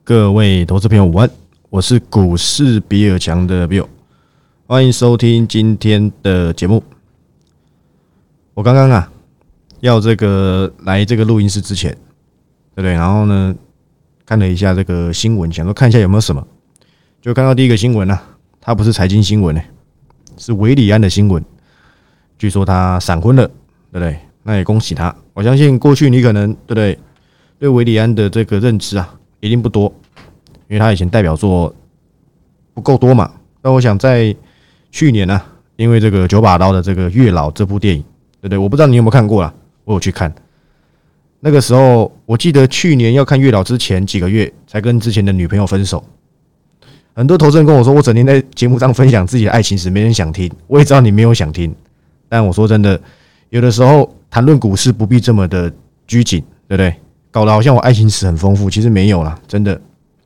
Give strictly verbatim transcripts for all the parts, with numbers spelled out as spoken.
各位投资朋友午安，我是股市比尔强的 Bill， 欢迎收听今天的节目。我刚刚啊要这个来这个录音室之前，对不对？然后呢看了一下这个新闻，想说看一下有没有什么，就看到第一个新闻啊，它不是财经新闻呢、欸，是韦礼安的新闻。据说他闪婚了，对不对？那也恭喜他。我相信过去你可能对不对对韦礼安的这个认知啊，一定不多，因为他以前代表作不够多嘛。那我想在去年啊，因为这个九把刀的这个月老这部电影，对不对？我不知道你有没有看过啦，我有去看。那个时候我记得去年要看月老之前几个月，才跟之前的女朋友分手。很多投资人跟我说，我整天在节目上分享自己的爱情史，没人想听。我也知道你没有想听，但我说真的，有的时候谈论股市不必这么的拘谨，对不对？搞得好像我爱情史很丰富，其实没有啦，真的。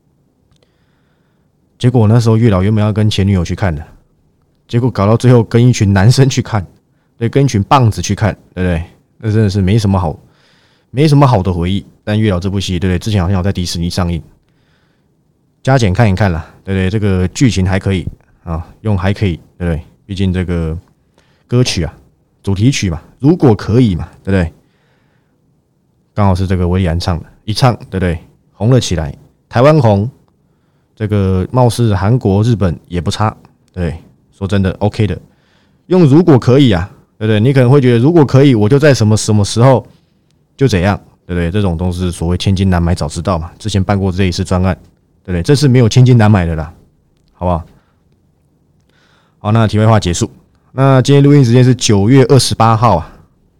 结果那时候月老原本要跟前女友去看的，结果搞到最后跟一群男生去看，对，跟一群棒子去看，对不对？那真的是没什么好，没什么好的回忆。但月老这部戏，对不对？之前好像有在迪士尼上映，加减看一看啦，对不对？这个剧情还可以啊，用还可以，对不对？毕竟这个歌曲啊，主题曲嘛，如果可以嘛，对不对？刚好是这个韦礼安唱的，一唱，对不对？红了起来，台湾红，这个貌似韩国、日本也不差，对，说真的 ，OK 的。用如果可以啊，对不对？你可能会觉得如果可以，我就在什么什么时候就怎样，对不对？这种都是所谓千金难买早知道嘛。之前办过这一次专案，对不对？这次没有千金难买的啦，好不好？好，那题外话结束。那今天录音时间是九月二十八号啊。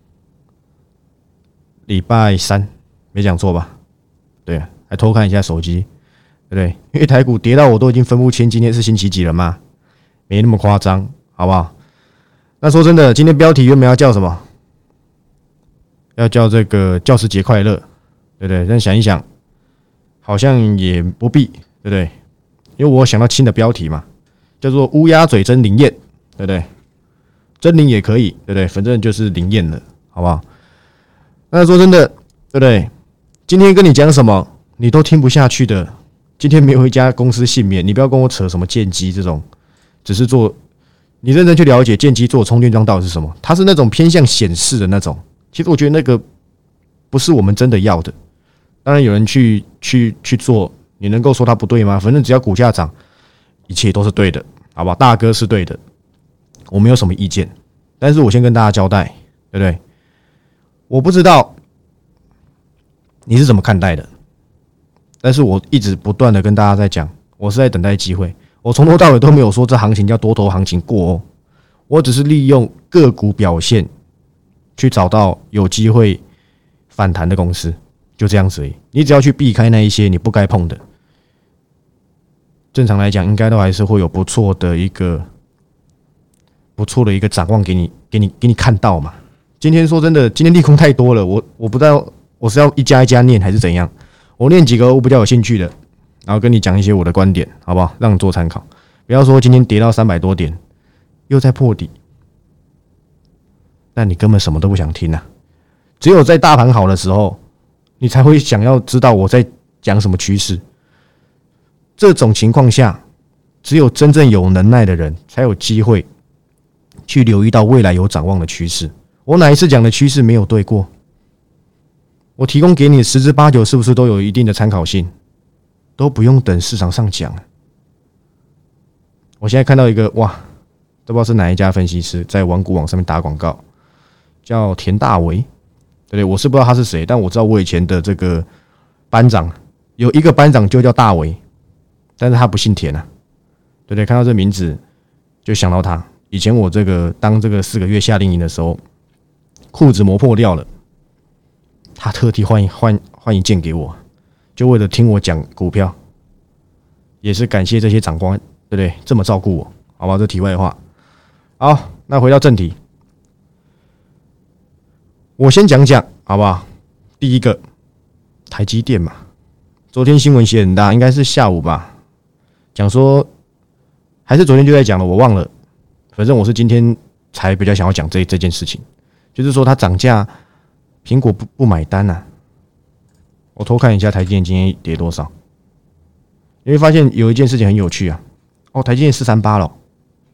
礼拜三，没讲错吧？对，还偷看一下手机，对不对？因为台股跌到我都已经分不清今天是星期几了嘛，没那么夸张，好不好？那说真的，今天标题原本要叫什么？要叫这个教师节快乐，对不对？但想一想，好像也不必，对不对？因为我想到新的标题嘛，叫做乌鸦嘴真灵验，对不对？真灵也可以，对不对？反正就是灵验了，好不好？那说真的，对不对？今天跟你讲什么，你都听不下去的。今天没有一家公司幸免，你不要跟我扯什么剑机这种，只是做你认真去了解剑机做充电桩到底是什么。它是那种偏向显示的那种，其实我觉得那个不是我们真的要的。当然有人去去去做，你能够说它不对吗？反正只要股价涨，一切都是对的，好不好？大哥是对的，我没有什么意见。但是我先跟大家交代，对不对？我不知道你是怎么看待的，但是我一直不断的跟大家在讲，我是在等待机会。我从头到尾都没有说这行情叫多头行情过哦，我只是利用个股表现去找到有机会反弹的公司，就这样子而已。你只要去避开那一些你不该碰的，正常来讲应该都还是会有不错的一个不错的一个展望给你给你给你看到嘛。今天说真的，今天利空太多了，我我不知道我是要一家一家念还是怎样。我念几个我比较有兴趣的，然后跟你讲一些我的观点，好不好？让你做参考。不要说今天跌到三百多点，又在破底，但你根本什么都不想听啊。只有在大盘好的时候，你才会想要知道我在讲什么趋势。这种情况下，只有真正有能耐的人才有机会去留意到未来有展望的趋势。我哪一次讲的趋势没有对过？我提供给你十之八九，是不是都有一定的参考性？都不用等市场上讲。我现在看到一个哇，都不知道是哪一家分析师在玩股网上面打广告，叫田大为，对不对？我是不知道他是谁，但我知道我以前的这个班长有一个班长就叫大为，但是他不姓田啊，对不对？看到这名字就想到他。以前我这个当这个四个月夏令营的时候，裤子磨破掉了，他特地换换换一件给我，就为了听我讲股票，也是感谢这些长官，对不对？这么照顾我，好吧？这题外话。好，那回到正题，我先讲讲，好不好？第一个，台积电嘛，昨天新闻写很大，应该是下午吧，讲说还是昨天就在讲了，我忘了，反正我是今天才比较想要讲这这件事情。就是说它涨价，苹果不不买单啊。我偷看一下台积电今天跌多少， 你会发现有一件事情很有趣啊。哦，台积电四三八了，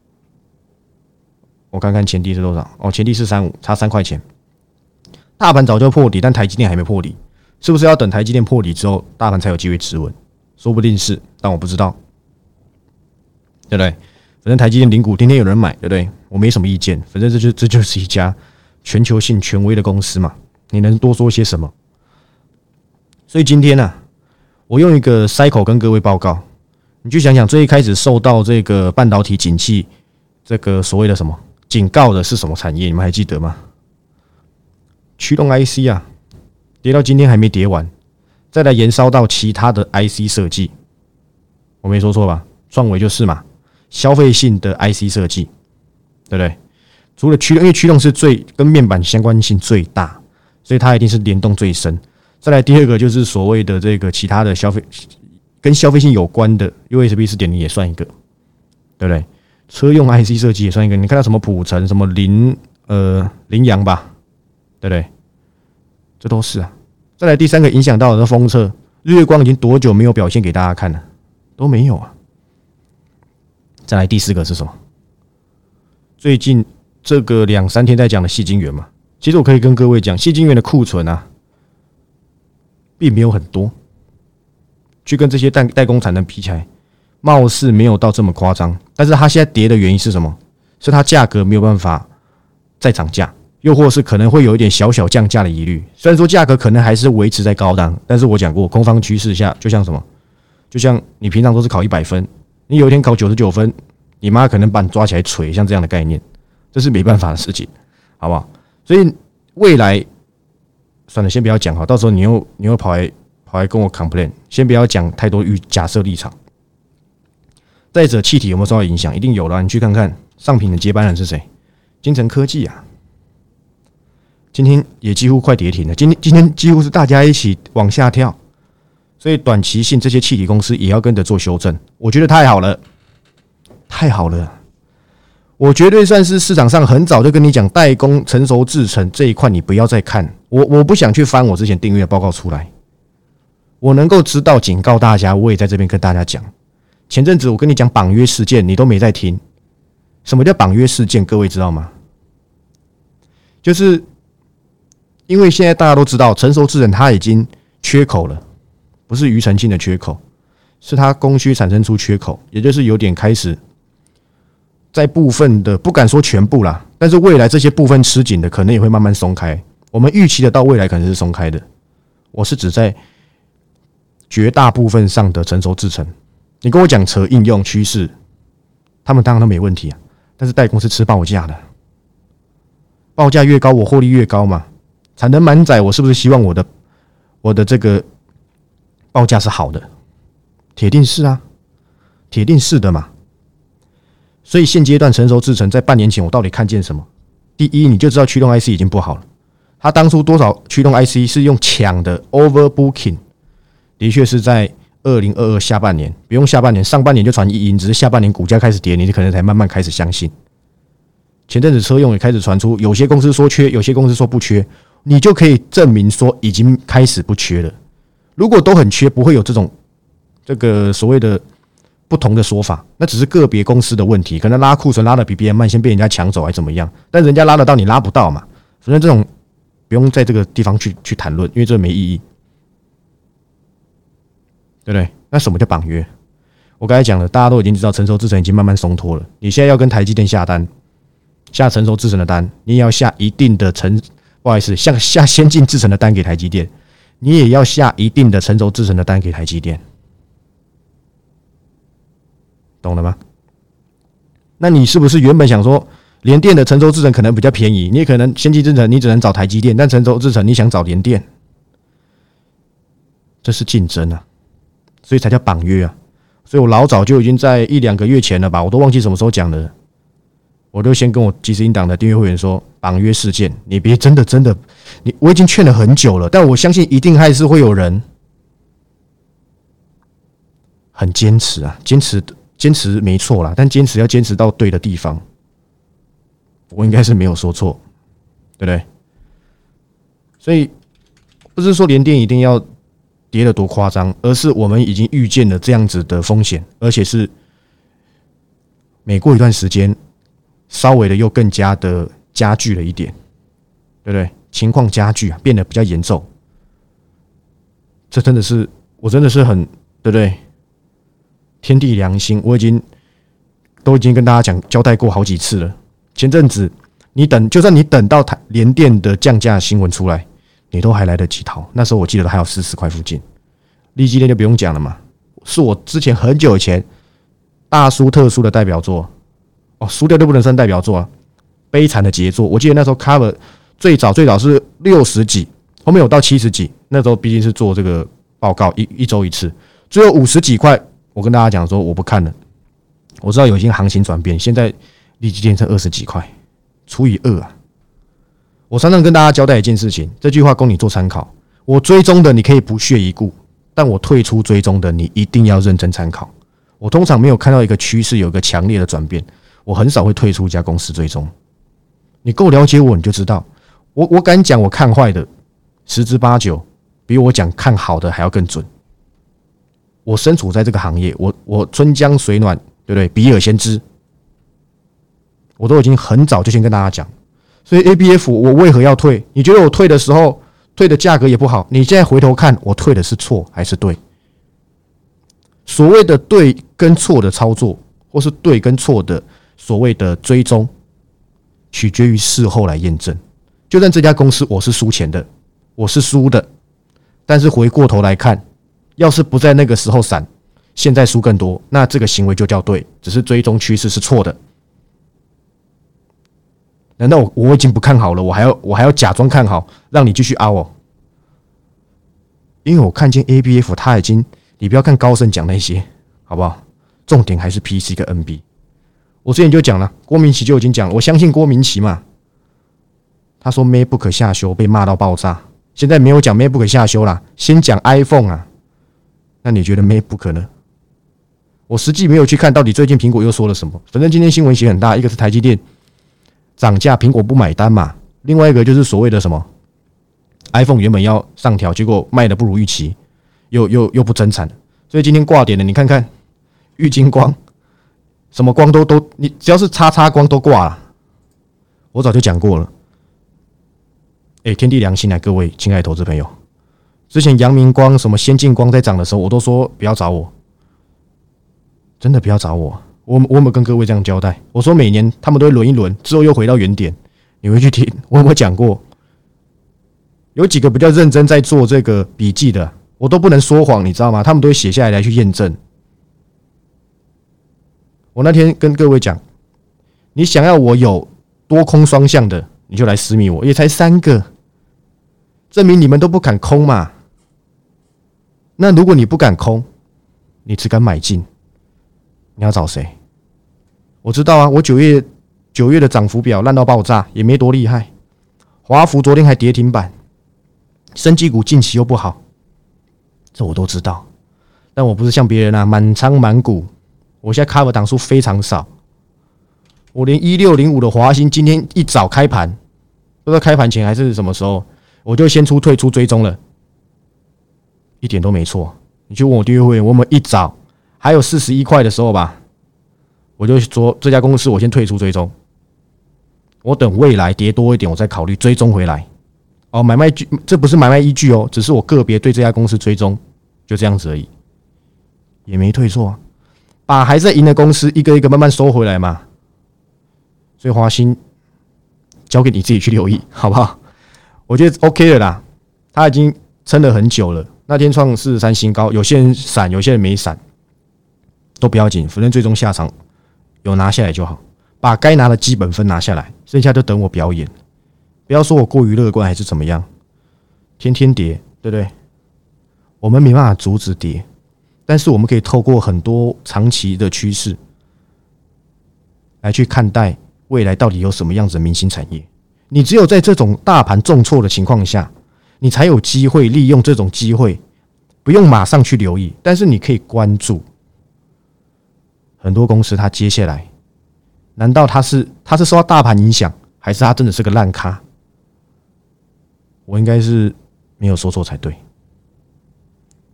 我看看前低是多少？哦，前低四三五，差三块钱。大盘早就破底，但台积电还没破底，是不是要等台积电破底之后，大盘才有机会止稳？说不定是，但我不知道，对不对？反正台积电零股天天有人买，对不对？我没什么意见，反正这就这就是一家全球性权威的公司嘛，你能多说些什么？所以今天呢、啊，我用一个 cycle 跟各位报告，你去想想，最一开始受到这个半导体景气这个所谓的什么警告的是什么产业？你们还记得吗？驱动 I C 啊，跌到今天还没跌完，再来延烧到其他的 I C 设计，我没说错吧？创维就是嘛，消费性的 I C 设计，对不对？除了驱动，因为驱动是最跟面板相关性最大，所以它一定是联动最深。再来第二个就是所谓的这个其他的消费跟消费性有关的 U S B 四点零 也算一个，对不对？车用 I C 设计也算一个。你看到什么普成、什么羚呃羚羊吧，对不对？这都是啊。再来第三个影响到的封测，日月光已经多久没有表现给大家看了？都没有啊。再来第四个是什么？最近这个两三天在讲的矽晶圆嘛，其实我可以跟各位讲，矽晶圆的库存啊，并没有很多，去跟这些代代工产能比起来，貌似没有到这么夸张。但是它现在跌的原因是什么？是它价格没有办法再涨价，又或是可能会有一点小小降价的疑虑。虽然说价格可能还是维持在高档，但是我讲过，空方趋势下，就像什么？就像你平常都是考一百分，你有一天考九十九分，你妈可能把你抓起来捶，像这样的概念，这是没办法的事情，好不好？所以未来算了，先不要讲哈，到时候你又你又跑来跑来跟我 complain， 先不要讲太多预假设立场。再者，气体有没有受到影响？一定有啦，你去看看上品的接班人是谁？精诚科技啊，今天也几乎快跌停了，今天今天几乎是大家一起往下跳，所以短期性这些气体公司也要跟着做修正，我觉得太好了，太好了。我绝对算是市场上很早就跟你讲，代工、成熟制程这一块你不要再看。我我不想去翻我之前订阅的报告出来，我能够知道警告大家，我也在这边跟大家讲。前阵子我跟你讲绑约事件，你都没在听。什么叫绑约事件？各位知道吗？就是因为现在大家都知道，成熟制程它已经缺口了，不是庾澄庆的缺口，是它供需产生出缺口，也就是有点开始。在部分的不敢说全部啦，但是未来这些部分吃紧的可能也会慢慢松开。我们预期的到未来可能是松开的，我是指在绝大部分上的成熟制程。你跟我讲扯应用趋势，他们当然都没问题啊，但是代工是吃报价的，报价越高我获利越高嘛。产能满载，我是不是希望我的我的这个报价是好的？铁定是啊，铁定是的嘛。所以现阶段成熟制程在半年前我到底看见什么？第一，你就知道驱动 I C 已经不好了。他当初多少驱动 I C 是用抢的 overbooking， 的确是在二零二二下半年，不用下半年，上半年就传一音，只是下半年股价开始跌，你可能才慢慢开始相信。前阵子车用也开始传出，有些公司说缺，有些公司说不缺，你就可以证明说已经开始不缺了。如果都很缺，不会有这种这个所谓的不同的说法，那只是个别公司的问题，可能拉库存拉的比别人慢，先被人家抢走还怎么样？但人家拉得到，你拉不到嘛。反正这种不用在这个地方去去谈论，因为这没意义，对不对？那什么叫绑约？我刚才讲了，大家都已经知道成熟制程已经慢慢松脱了。你现在要跟台积电下单，下成熟制程的单，你也要下一定的成，不好意思，下下先进制程的单给台积电，你也要下一定的成熟制程的单给台积电。懂了吗？那你是不是原本想说，联电的成熟制程可能比较便宜，你也可能先进制程你只能找台积电，但成熟制程你想找联电，这是竞争啊，所以才叫绑约啊。所以我老早就已经在一两个月前了吧，我都忘记什么时候讲了，我就先跟我即时音档的订阅会员说，绑约事件，你别真的真的，你我已经劝了很久了，但我相信一定还是会有人很坚持啊，坚持。坚持没错啦，但坚持要坚持到对的地方，我应该是没有说错，对不对？所以不是说联电一定要跌得多夸张，而是我们已经预见了这样子的风险，而且是每过一段时间，稍微的又更加的加剧了一点，对不对？情况加剧啊，变得比较严重。这真的是，我真的是很，对不对？天地良心，我已经都已经跟大家讲交代过好几次了。前阵子你等，就算你等到台联电的降价新闻出来，你都还来得及逃。那时候我记得还有四十块附近，力积电就不用讲了嘛，是我之前很久以前大输特输的代表作。哦，输掉就不能算代表作啊，悲惨的杰作。我记得那时候 cover 最早最早是六十几，后面有到七十几。那时候毕竟是做这个报告，一一周一次，最后五十几块。我跟大家讲说，我不看了。我知道有一些行情转变，现在力积电剩二十几块，除以二啊。我常常跟大家交代一件事情，这句话供你做参考。我追踪的你可以不屑一顾，但我退出追踪的你一定要认真参考。我通常没有看到一个趋势有一个强烈的转变，我很少会退出一家公司追踪。你够了解我，你就知道，我我敢讲，我看坏的十之八九，比我讲看好的还要更准。我身处在这个行业，我我春江水暖，对不对？比尔先知，我都已经很早就先跟大家讲。所以 A B F 我为何要退？你觉得我退的时候退的价格也不好，你现在回头看，我退的是错还是对？所谓的对跟错的操作，或是对跟错的所谓的追踪，取决于事后来验证。就算这家公司我是输钱的，我是输的，但是回过头来看，要是不在那个时候闪，现在输更多，那这个行为就叫对，只是追踪趋势是错的。难道 我, 我已经不看好了，我还要我还要假装看好，让你继续凹哦？因为我看见 A B F 它已经，你不要看高盛讲那些，好不好？重点还是 P C 跟 N B。我之前就讲了，郭明錤就已经讲了，我相信郭明錤嘛。他说 MacBook 下修被骂到爆炸，现在没有讲 MacBook 下修啦，先讲 iPhone 啊。那你觉得 MacBook 呢？我实际没有去看到底最近苹果又说了什么，反正今天新闻写很大，一个是台积电涨价，苹果不买单嘛，另外一个就是所谓的什么 iPhone 原本要上调，结果卖的不如预期，又又又不增产，所以今天挂点的，你看看玉晶光，什么光都都，你只要是叉叉光都挂了。我早就讲过了，哎、欸，天地良心啊，各位亲爱的投资朋友，之前阳明光、什么先进光在涨的时候，我都说不要找我，真的不要找我。我我有没有跟各位这样交代？我说每年他们都会轮一轮，之后又回到原点。你会去听？我有没有讲过？有几个比较认真在做这个笔记的，我都不能说谎，你知道吗？他们都会写下来来去验证。我那天跟各位讲，你想要我有多空双向的，你就来私密我，也才三个，证明你们都不敢空嘛。那如果你不敢空，你只敢买进，你要找谁？我知道啊，我九月九月的涨幅表烂到爆炸，也没多厉害。华孚昨天还跌停板，生技股近期又不好，这我都知道。但我不是像别人啊，满仓满股。我现在 cover 档数非常少，我连一六零五的华兴今天一早开盘，不知道开盘前还是什么时候，我就先出退出追踪了，一点都没错。你去问我订阅会员，我们一早还有四十一块的时候吧，我就说这家公司我先退出追踪，我等未来跌多一点，我再考虑追踪回来。哦，买卖据这不是买卖依据哦，只是我个别对这家公司追踪，就这样子而已，也没退错啊。把还在赢的公司一个一个慢慢收回来嘛。所以华兴交给你自己去留意，好不好？我觉得 OK 了啦，他已经撑了很久了。那天创四十三新高，有些人闪，有些人没闪，都不要紧，反正最终下场有拿下来就好，把该拿的基本分拿下来，剩下就等我表演。不要说我过于乐观还是怎么样，天天跌，对不对？我们没办法阻止跌，但是我们可以透过很多长期的趋势来去看待未来到底有什么样子的明星产业。你只有在这种大盘重挫的情况下，你才有机会利用这种机会，不用马上去留意，但是你可以关注很多公司它接下来，难道它是它是受到大盘影响，还是它真的是个烂咖？我应该是没有说错才对。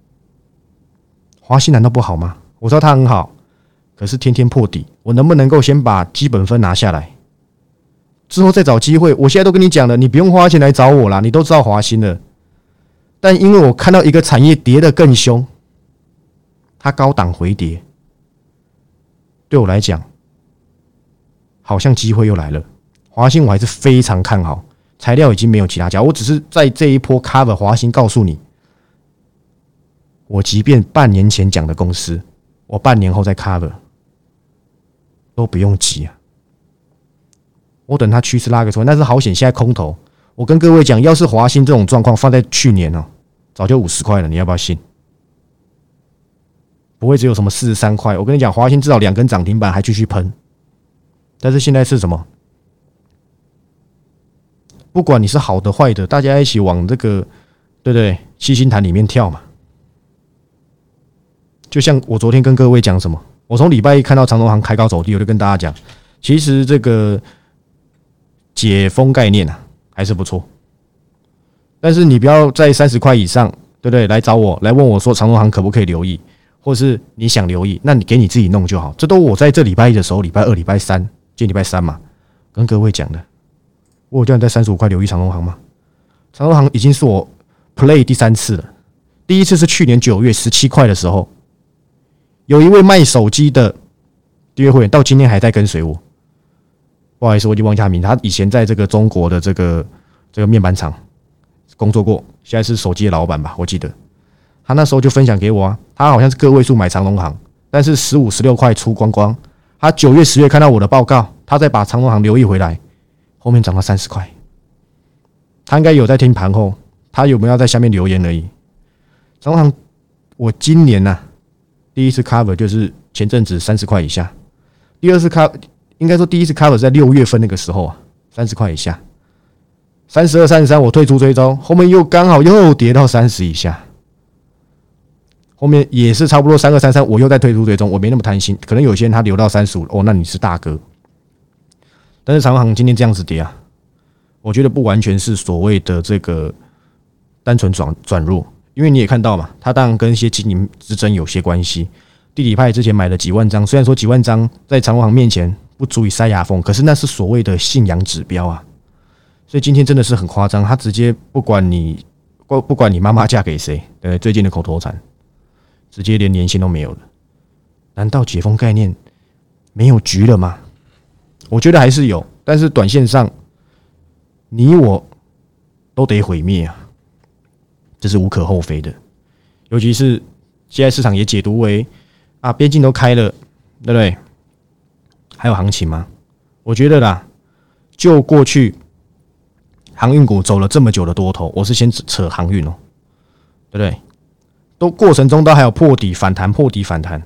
华兴难道不好吗？我知道它很好，可是天天破底，我能不能够先把基本分拿下来，之后再找机会？我现在都跟你讲了，你不用花钱来找我啦，你都知道华兴了。但因为我看到一个产业跌得更凶，它高档回跌，对我来讲，好像机会又来了。华兴我还是非常看好，材料已经没有其他家，我只是在这一波 cover 华兴，告诉你，我即便半年前讲的公司，我半年后再 cover 都不用急啊。我等它趋势拉个出来，但是好险现在空头。我跟各位讲，要是华兴这种状况放在去年哦，早就五十块了，你要不要信？不会只有什么四十三块。我跟你讲，华兴至少两根涨停板还继续喷。但是现在是什么？不管你是好的坏的，大家一起往这个对不对七星潭里面跳嘛。就像我昨天跟各位讲什么，我从礼拜一看到长荣航开高走低，我就跟大家讲，其实这个解封概念啊还是不错，但是你不要在三十块以上，对不对？来找我来问我说长荣航可不可以留意，或是你想留意，那你给你自己弄就好。这都我在这礼拜一的时候，礼拜二、礼拜三，今天礼拜三嘛，跟各位讲的。我有叫你在三十五块留意长荣航吗？长荣航已经是我 play 第三次了，第一次是去年九月十七块的时候，有一位卖手机的订阅会员到今天还在跟随我。不好意思，我已经忘记他名字。他以前在这个中国的这个这个面板厂工作过，现在是手机的老板吧，我记得。他那时候就分享给我啊，他好像是个位数买长荣航，但是十五、十六块出光光。他九月、十月看到我的报告，他再把长荣航留意回来，后面涨到三十块。他应该有在听盘后，他有没有要在下面留言而已。长荣航，我今年啊第一次 cover 就是前阵子三十块以下，第二次 cover。应该说第一次 cover 在六月份那个时候啊，三十块以下，三十二、三十三，我退出追踪，后面又刚好又跌到三十以下，后面也是差不多三二、三三，我又再退出追踪，我没那么贪心，可能有些人他留到三十五，哦，那你是大哥。但是长荣航今天这样子跌啊，我觉得不完全是所谓的这个单纯转转弱，因为你也看到嘛，它当然跟一些经营之争有些关系。地理派之前买了几万张，虽然说几万张在长荣航面前不足以塞牙缝，可是那是所谓的信仰指标啊。所以今天真的是很夸张，他直接不管你不管你妈妈嫁给谁，对最近的口头禅，直接连年薪都没有了。难道解封概念没有局了吗？我觉得还是有，但是短线上你我都得毁灭啊，这是无可厚非的。尤其是现在市场也解读为啊，边境都开了，对不对？还有行情吗？我觉得啦，就过去航运股走了这么久的多头，我是先扯航运哦，对不对？都过程中都还有破底反弹，破底反弹。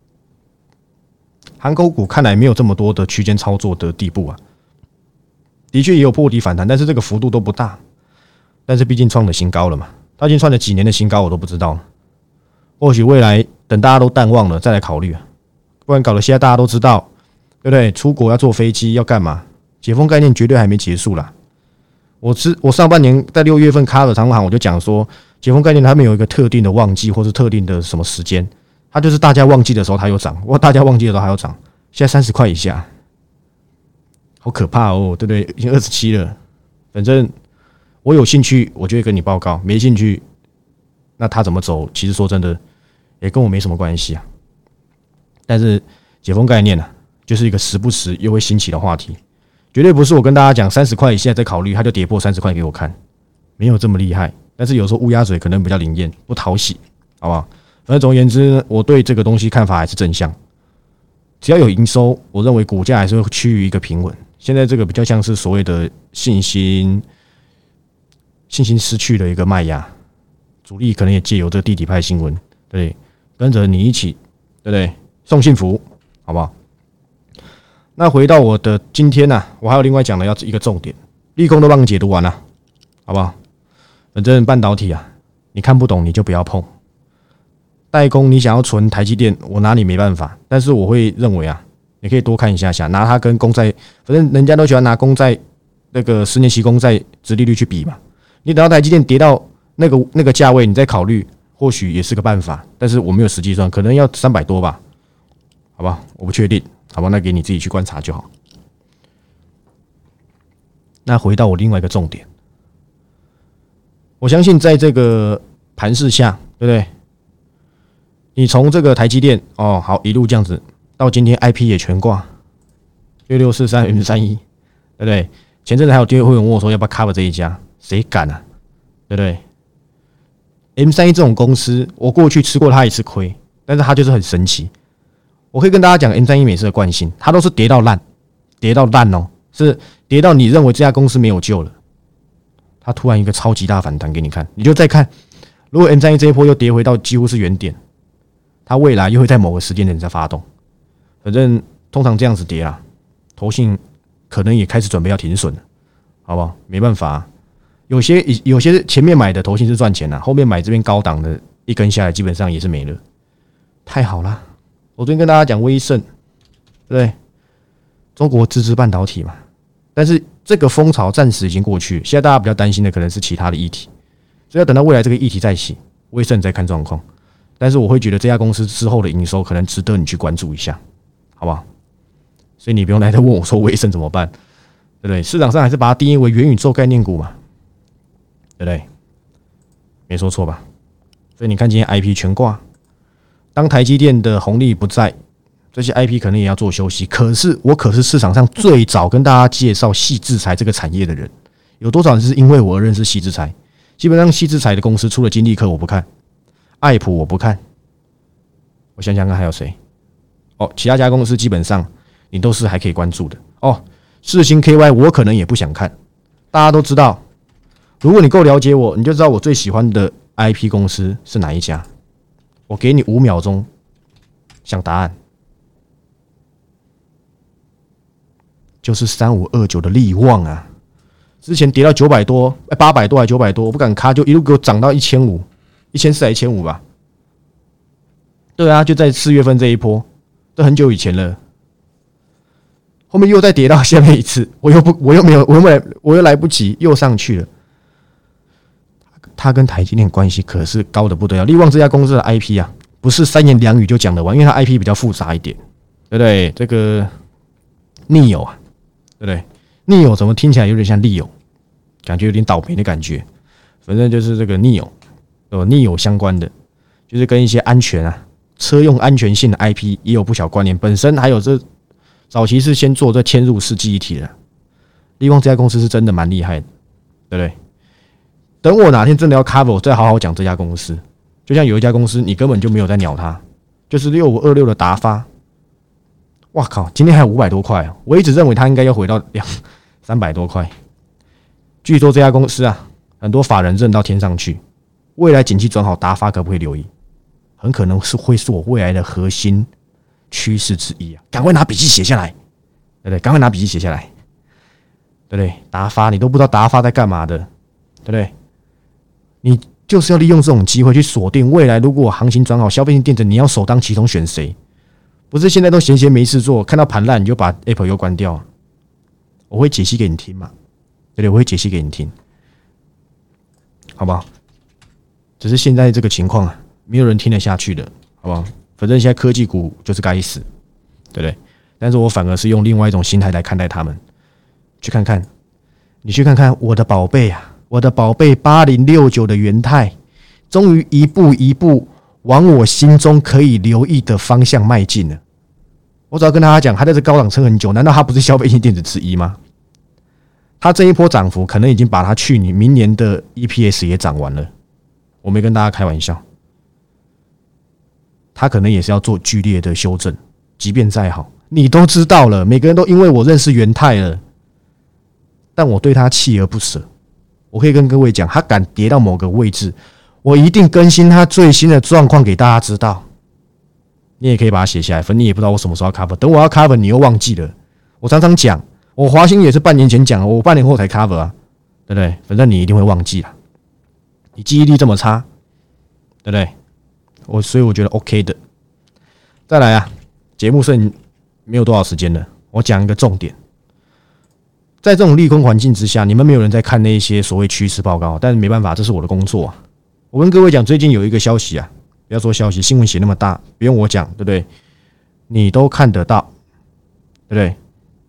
航空股看来没有这么多的区间操作的地步啊，的确也有破底反弹，但是这个幅度都不大。但是毕竟创了新高了嘛，它已经创了几年的新高，我都不知道了。或许未来等大家都淡忘了再来考虑啊，不然搞得现在大家都知道，对不对？出国要坐飞机要干嘛？解封概念绝对还没结束啦。我是我上半年在六月份卡了长荣航，我就讲说，解封概念他们有一个特定的旺季或是特定的什么时间，它就是大家旺季的时候它有涨，或大家旺季的时候它有涨。现在三十块以下，好可怕哦，对不对？已经二十七了。反正我有兴趣，我就会跟你报告；没兴趣，那他怎么走，其实说真的。也跟我没什么关系啊，但是解封概念呢、啊，就是一个时不时又会兴起的话题，绝对不是我跟大家讲三十块以下再考虑，它就跌破三十块给我看，没有这么厉害。但是有时候乌鸦嘴可能比较灵验，不讨喜，好不好？反正总而言之，我对这个东西看法还是正向，只要有营收，我认为股价还是会趋于一个平稳。现在这个比较像是所谓的信心信心失去的一个卖压，主力可能也借由这个地底派新闻，对。跟着你一起，对不对？送幸福，好不好？那回到我的今天呢、啊，我还有另外讲的要一个重点，利空都帮你解读完了，好不好？反正半导体啊，你看不懂你就不要碰。代工你想要存台积电，我拿你没办法，但是我会认为啊，你可以多看一下下，拿它跟公债，反正人家都喜欢拿公债那个十年期公债殖利率去比嘛。你等到台积电跌到那个那个价位，你再考虑。 或许也是个办法，但是我没有实际算，可能要三百多吧，好吧，我不确定，好吧，那给你自己去观察就好。那回到我另外一个重点，我相信在这个盘势下，对不对？你从这个台积电哦，好一路这样子到今天 I P 也全挂六六四三 M 三一，对不对？前阵子还有第二会员问我说要不要 cover 这一家，谁敢啊？对不对 ？M 三一这种公司，我过去吃过它一次亏，但是它就是很神奇。我可以跟大家讲 M 三一每次的惯性，它都是跌到烂，跌到烂哦，是跌到你认为这家公司没有救了，它突然一个超级大反弹给你看，你就再看，如果 M 三一这一波又跌回到几乎是原点，它未来又会在某个时间点再发动。反正通常这样子跌啦，投信可能也开始准备要停损了，好不好？没办法、啊，有些有些前面买的投信是赚钱啦，后面买这边高档的一根下来，基本上也是没了。太好啦！我昨天跟大家讲威盛，对不对？中国自制半导体嘛，但是这个风潮暂时已经过去，现在大家比较担心的可能是其他的议题，所以要等到未来这个议题再起，威盛再看状况。但是我会觉得这家公司之后的营收可能值得你去关注一下，好不好？所以你不用来再问我说威盛怎么办，对不对？市场上还是把它定义为元宇宙概念股嘛，对不对？没说错吧？所以你看今天 I P 全挂，当台积电的红利不在，这些 I P 可能也要做休息。可是我可是市场上最早跟大家介绍矽智财这个产业的人，有多少人是因为我而认识矽智财？基本上矽智财的公司除了金立科我不看，爱普我不看，我想想看还有谁？哦，其他家公司基本上你都是还可以关注的哦。世芯 K Y 我可能也不想看，大家都知道。如果你够了解我，你就知道我最喜欢的 I P 公司是哪一家。我给你五秒钟想答案，就是三五二九的力旺啊！之前跌到九百多、八百多还九百多，我不敢卡，就一路给我涨到一千五、一千四还一千五吧。对啊，就在四月份这一波，这很久以前了。后面又再跌到下面一次，我又不，我又没有，我又没，我又来不及，又上去了。它跟台积电关系可是高的不得了。力旺这家公司的 I P 啊，不是三言两语就讲得完，因为它 I P 比较复杂一点，对不对？这个逆友啊，对不对？逆友怎么听起来有点像利友，感觉有点倒霉的感觉。反正就是这个逆友，有逆友相关的，就是跟一些安全啊、车用安全性的 I P 也有不小关联。本身还有这早期是先做这嵌入式记忆体的，力旺这家公司是真的蛮厉害的，对不对？等我哪天真的要 cover， 我再好好讲这家公司。就像有一家公司，你根本就没有在鸟它，就是六五二六的达发。哇靠，今天还有五百多块啊！我一直认为它应该要回到两三百多块。据说这家公司啊，很多法人认到天上去。未来景气转好，达发可不可以留意？很可能是会是我未来的核心趋势之一啊！赶快拿笔记写下来，对不对？赶快拿笔记写下来，对不对？达发，你都不知道达发在干嘛的，对不对？你就是要利用这种机会去锁定未来，如果行情转好，消费性电子你要首当其冲选谁？不是现在都闲闲没事做，看到盘烂你就把 Apple 又关掉。我会解析给你听嘛，对不对？我会解析给你听，好不好？只是现在这个情况啊，没有人听得下去的，好不好？反正现在科技股就是该死，对不对？但是我反而是用另外一种心态来看待他们。去看看，你去看看我的宝贝啊！我的宝贝八零六九的元太，终于一步一步往我心中可以留意的方向迈进了。我只要跟大家讲，它在这高档撑很久，难道它不是消费性电子之一吗？它这一波涨幅可能已经把它去年、明年的 E P S 也涨完了。我没跟大家开玩笑，它可能也是要做剧烈的修正。即便再好，你都知道了，每个人都因为我认识元太了，但我对它锲而不舍。我可以跟各位讲，他敢跌到某个位置，我一定更新他最新的状况给大家知道。你也可以把它写下来，反正你也不知道我什么时候要 cover。等我要 cover， 你又忘记了。我常常讲，我华兴也是半年前讲，我半年后才 cover 啊，对不对？反正你一定会忘记啦。你记忆力这么差，对不对？我所以我觉得 OK 的。再来啊，节目剩没有多少时间了，我讲一个重点。在这种利空环境之下，你们没有人在看那些所谓趋势报告，但是没办法，这是我的工作啊， 我跟各位讲，最近有一个消息啊，不要说消息，新闻写那么大，不用我讲，对不对？你都看得到，对不对？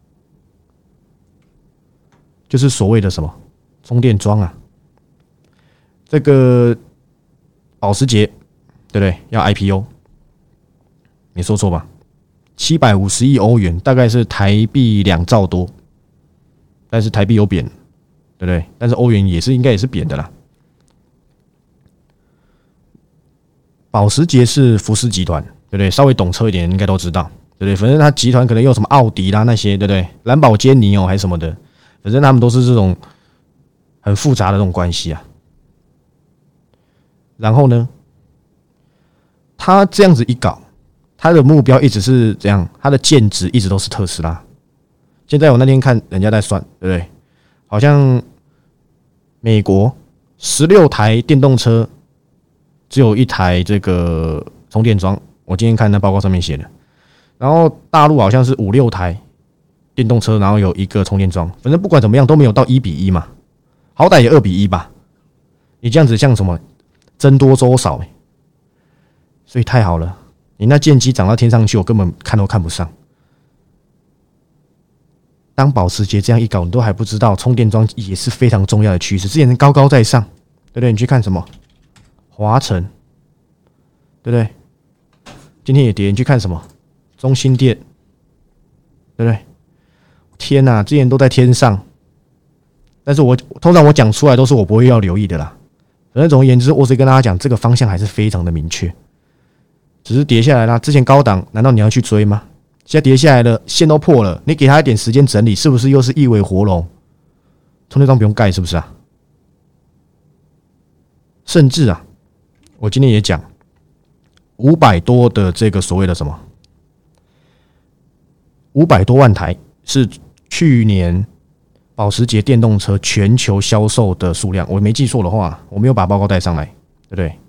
就是所谓的什么充电桩啊，这个保时捷，对不对？要 I P O， 没说错吧？七百五十亿欧元，大概是台币两兆多，但是台币有贬，对不对？但是欧元也是应该也是贬的啦。保时捷是福斯集团，对不对？稍微懂车一点应该都知道，对不对？反正他集团可能有什么奥迪啦那些，对不对？兰博基尼哦还是什么的，反正他们都是这种很复杂的这种关系啊。然后呢，他这样子一搞，他的目标一直是这样，他的剑指一直都是特斯拉。现在我那天看人家在算，对不对？好像美国十六台电动车，只有一台这个充电桩。我今天看那报告上面写的。然后大陆好像是五六台电动车，然后有一个充电桩。反正不管怎么样都没有到一比一嘛，好歹也二比一吧。你这样子像什么僧多粥少、欸，所以太好了。你那剑机涨到天上去，我根本看都看不上。当保时捷这样一搞，你都还不知道充电桩也是非常重要的趋势。之前高高在上，对不对？你去看什么华晨，对不对？今天也跌，你去看什么中兴电，对不对？天哪、啊，之前都在天上，但是我通常我讲出来都是我不会要留意的啦。反正总而言之，我只跟大家讲，这个方向还是非常的明确。只是跌下来啦，之前高档，难道你要去追吗？现在跌下来了，线都破了，你给他一点时间整理，是不是又是一尾活龙？充电桩不用盖，是不是啊？甚至啊，我今天也讲，五百多的这个所谓的什么，五百多万台是去年保时捷电动车全球销售的数量，我没记错的话，我没有把报告带上来，对不对？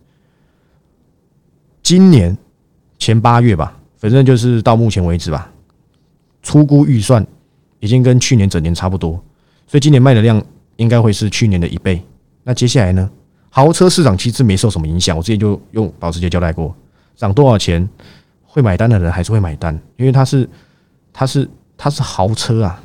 今年前八月吧，反正就是到目前为止吧，初估预算已经跟去年整年差不多，所以今年卖的量应该会是去年的一倍。那接下来呢？豪车市场其实没受什么影响，我之前就用保时捷交代过，涨多少钱会买单的人还是会买单，因为它是它是它是豪车啊，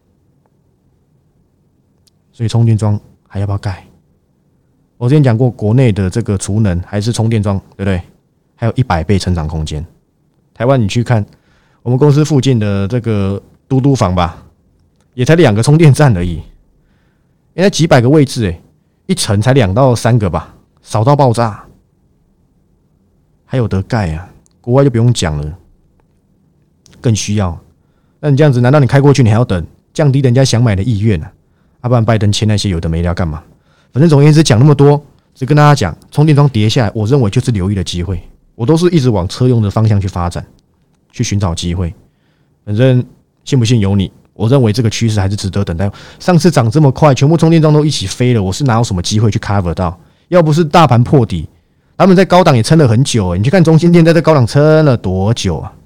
所以充电桩还要不要盖？我之前讲过，国内的这个储能还是充电桩，对不对？还有一百倍成长空间。台湾你去看我们公司附近的这个嘟嘟房吧，也才两个充电站而已，因为几百个位置、欸，一层才两到三个吧，少到爆炸。还有得盖啊，国外就不用讲了，更需要。那你这样子，难道你开过去你还要等，降低人家想买的意愿啊？要、啊、不然拜登签那些有的没的要干嘛？反正总而言之讲那么多，只跟大家讲，充电桩跌下来，我认为就是留意的机会。我都是一直往车用的方向去发展，去寻找机会。反正信不信由你，我认为这个趋势还是值得等待。上次涨这么快，全部充电桩都一起飞了，我是哪有什么机会去 cover 到？要不是大盘破底，他们在高档也撑了很久、欸。你去看中兴电在这高档撑了多久啊？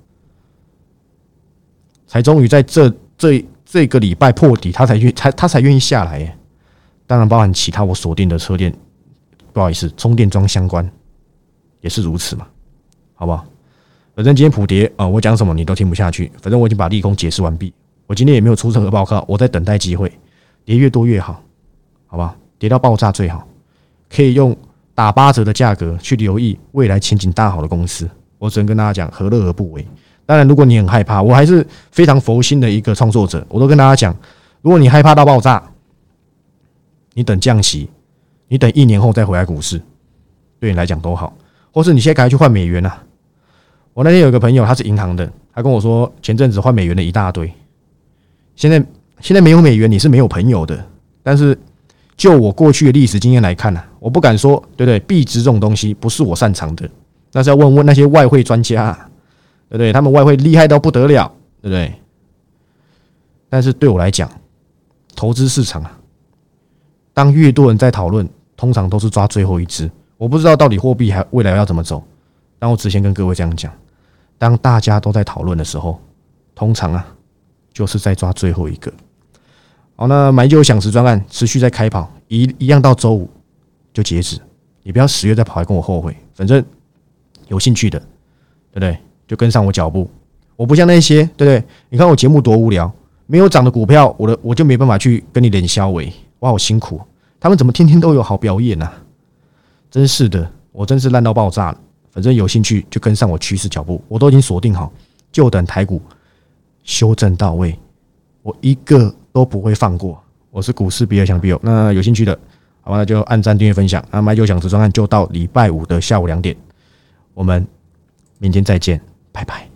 才终于在这这这个礼拜破底，他才愿才他才愿意下来耶、欸。当然，包含其他我锁定的车电，不好意思，充电桩相关也是如此嘛。好不好？反正今天普跌啊、呃，我讲什么你都听不下去。反正我已经把利空解释完毕，我今天也没有出任何报告，我在等待机会，跌越多越好，好不好？跌到爆炸最好，可以用打八折的价格去留意未来前景大好的公司。我只能跟大家讲，何乐而不为？当然，如果你很害怕，我还是非常佛心的一个创作者，我都跟大家讲，如果你害怕到爆炸，你等降息，你等一年后再回来股市，对你来讲都好。或是你现在赶快去换美元啊！我那天有一个朋友，他是银行的，他跟我说，前阵子换美元的一大堆。现在现在没有美元，你是没有朋友的。但是就我过去的历史经验来看啊，我不敢说，对不对？币值这种东西不是我擅长的，那是要问问那些外汇专家、啊，对不对？他们外汇厉害到不得了，对不对？但是对我来讲，投资市场啊，当越多人在讨论，通常都是抓最后一只。我不知道到底货币还未来要怎么走，但我之前跟各位这样讲，当大家都在讨论的时候，通常啊就是在抓最后一个。好，那买酒享食专案持续在开跑，一一样到周五就截止。 你不要十月再跑来跟我后悔。反正有兴趣的，对不对？就跟上我脚步。我不像那些，对不对？你看我节目多无聊，没有涨的股票，我的我就没办法去跟你连消尾，我好辛苦。他们怎么天天都有好表演啊？真是的，我真是烂到爆炸了。反正有兴趣就跟上我趋势脚步，我都已经锁定好，就等台股修正到位，我一个都不会放过。我是股市比尔强比尔，那有兴趣的，好吧，那就按赞、订阅、分享。那买九想值专案就到礼拜五的下午两点，我们明天再见，拜拜。